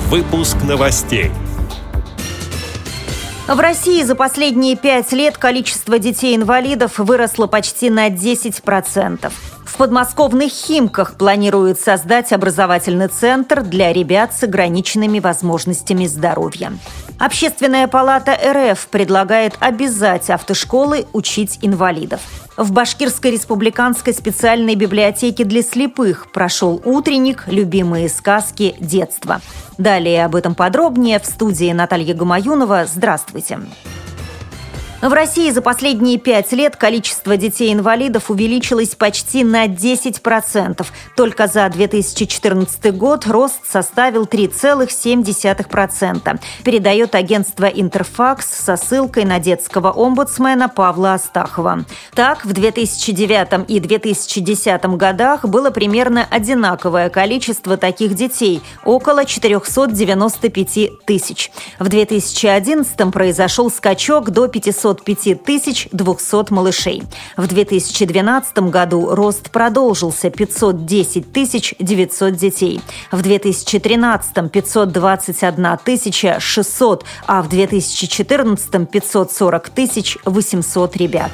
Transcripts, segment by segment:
Выпуск новостей. В России за последние 5 лет количество детей-инвалидов выросло почти на 10%. В подмосковных Химках планируют создать образовательный центр для ребят с ограниченными возможностями здоровья. Общественная палата РФ предлагает обязать автошколы учить инвалидов. В Башкирской республиканской специальной библиотеке для слепых прошел утренник «Любимые сказки детства». Далее об этом подробнее в студии Наталья Гамаюнова. Здравствуйте. В России за последние 5 лет количество детей-инвалидов увеличилось почти на 10%. Только за 2014 год рост составил 3,7%, передает агентство «Интерфакс» со ссылкой на детского омбудсмена Павла Астахова. Так, в 2009 и 2010 годах было примерно одинаковое количество таких детей – около 495 тысяч. В 2011 произошел скачок до 505 200 малышей. В 2012 году рост продолжился – 510 900 детей. В 2013 – 521 600, а в 2014 – 540 800 ребят.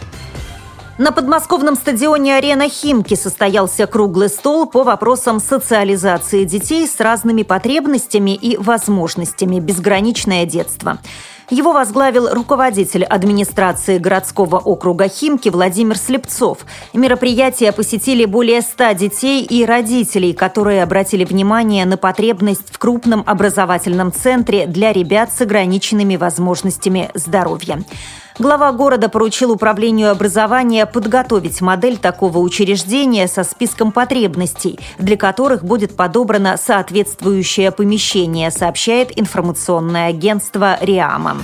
На подмосковном стадионе «Арена Химки» состоялся круглый стол по вопросам социализации детей с разными потребностями и возможностями «Безграничное детство». Его возглавил руководитель администрации городского округа Химки Владимир Слепцов. Мероприятие посетили более 100 детей и родителей, которые обратили внимание на потребность в крупном образовательном центре для ребят с ограниченными возможностями здоровья. Глава города поручил управлению образования подготовить модель такого учреждения со списком потребностей, для которых будет подобрано соответствующее помещение, сообщает информационное агентство «РИАМА».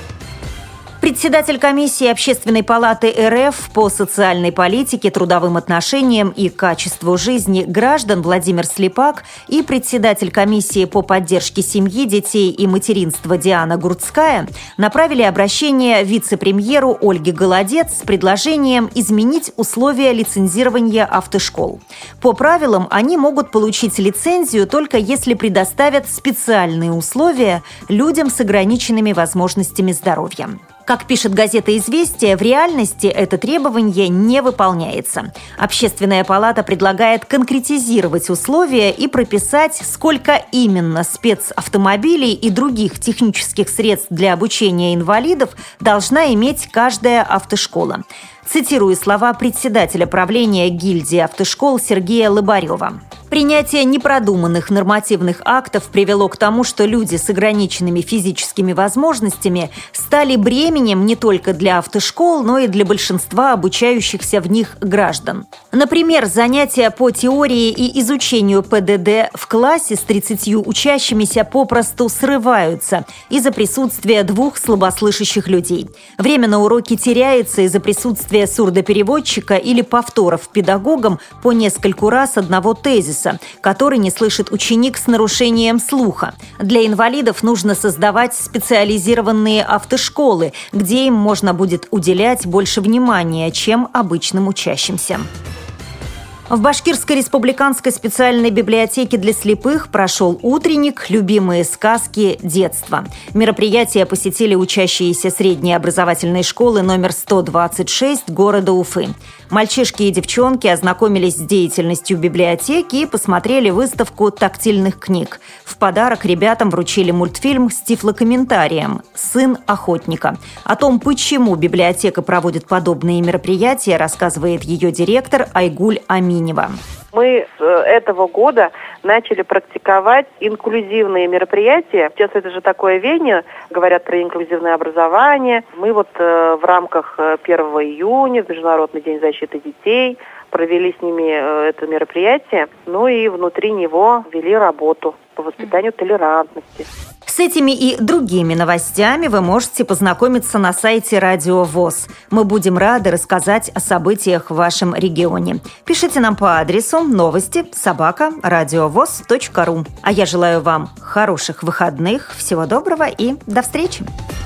Председатель комиссии Общественной палаты РФ по социальной политике, трудовым отношениям и качеству жизни граждан Владимир Слепак и председатель комиссии по поддержке семьи, детей и материнства Диана Гурцкая направили обращение вице-премьеру Ольге Голодец с предложением изменить условия лицензирования автошкол. По правилам, они могут получить лицензию только если предоставят специальные условия людям с ограниченными возможностями здоровья. Как пишет газета «Известия», в реальности это требование не выполняется. Общественная палата предлагает конкретизировать условия и прописать, сколько именно спецавтомобилей и других технических средств для обучения инвалидов должна иметь каждая автошкола. Цитирую слова председателя правления гильдии автошкол Сергея Лобарева. Принятие непродуманных нормативных актов привело к тому, что люди с ограниченными физическими возможностями стали бременем не только для автошкол, но и для большинства обучающихся в них граждан. Например, занятия по теории и изучению ПДД в классе с 30 учащимися попросту срываются из-за присутствия 2 слабослышащих людей. Время на уроке теряется из-за присутствия сурдопереводчика или повторов педагогом по нескольку раз одного тезиса, который не слышит ученик с нарушением слуха. Для инвалидов нужно создавать специализированные автошколы, где им можно будет уделять больше внимания, чем обычным учащимся. В Башкирской республиканской специальной библиотеке для слепых прошел утренник «Любимые сказки детства». Мероприятие посетили учащиеся средней образовательной школы номер 126 города Уфы. Мальчишки и девчонки ознакомились с деятельностью библиотеки и посмотрели выставку тактильных книг. В подарок ребятам вручили мультфильм с тифлокомментарием «Сын охотника». О том, почему библиотека проводит подобные мероприятия, рассказывает ее директор Айгуль Аминева. Мы с этого года начали практиковать инклюзивные мероприятия. Сейчас это же такое веяние, говорят про инклюзивное образование. Мы в рамках 1 июня, в Международный день защиты детей, провели с ними это мероприятие, и внутри него вели работу по воспитанию толерантности. С этими и другими новостями вы можете познакомиться на сайте Радио ВОС. Мы будем рады рассказать о событиях в вашем регионе. Пишите нам по адресу новости@радиовос.ру. А я желаю вам хороших выходных, всего доброго и до встречи!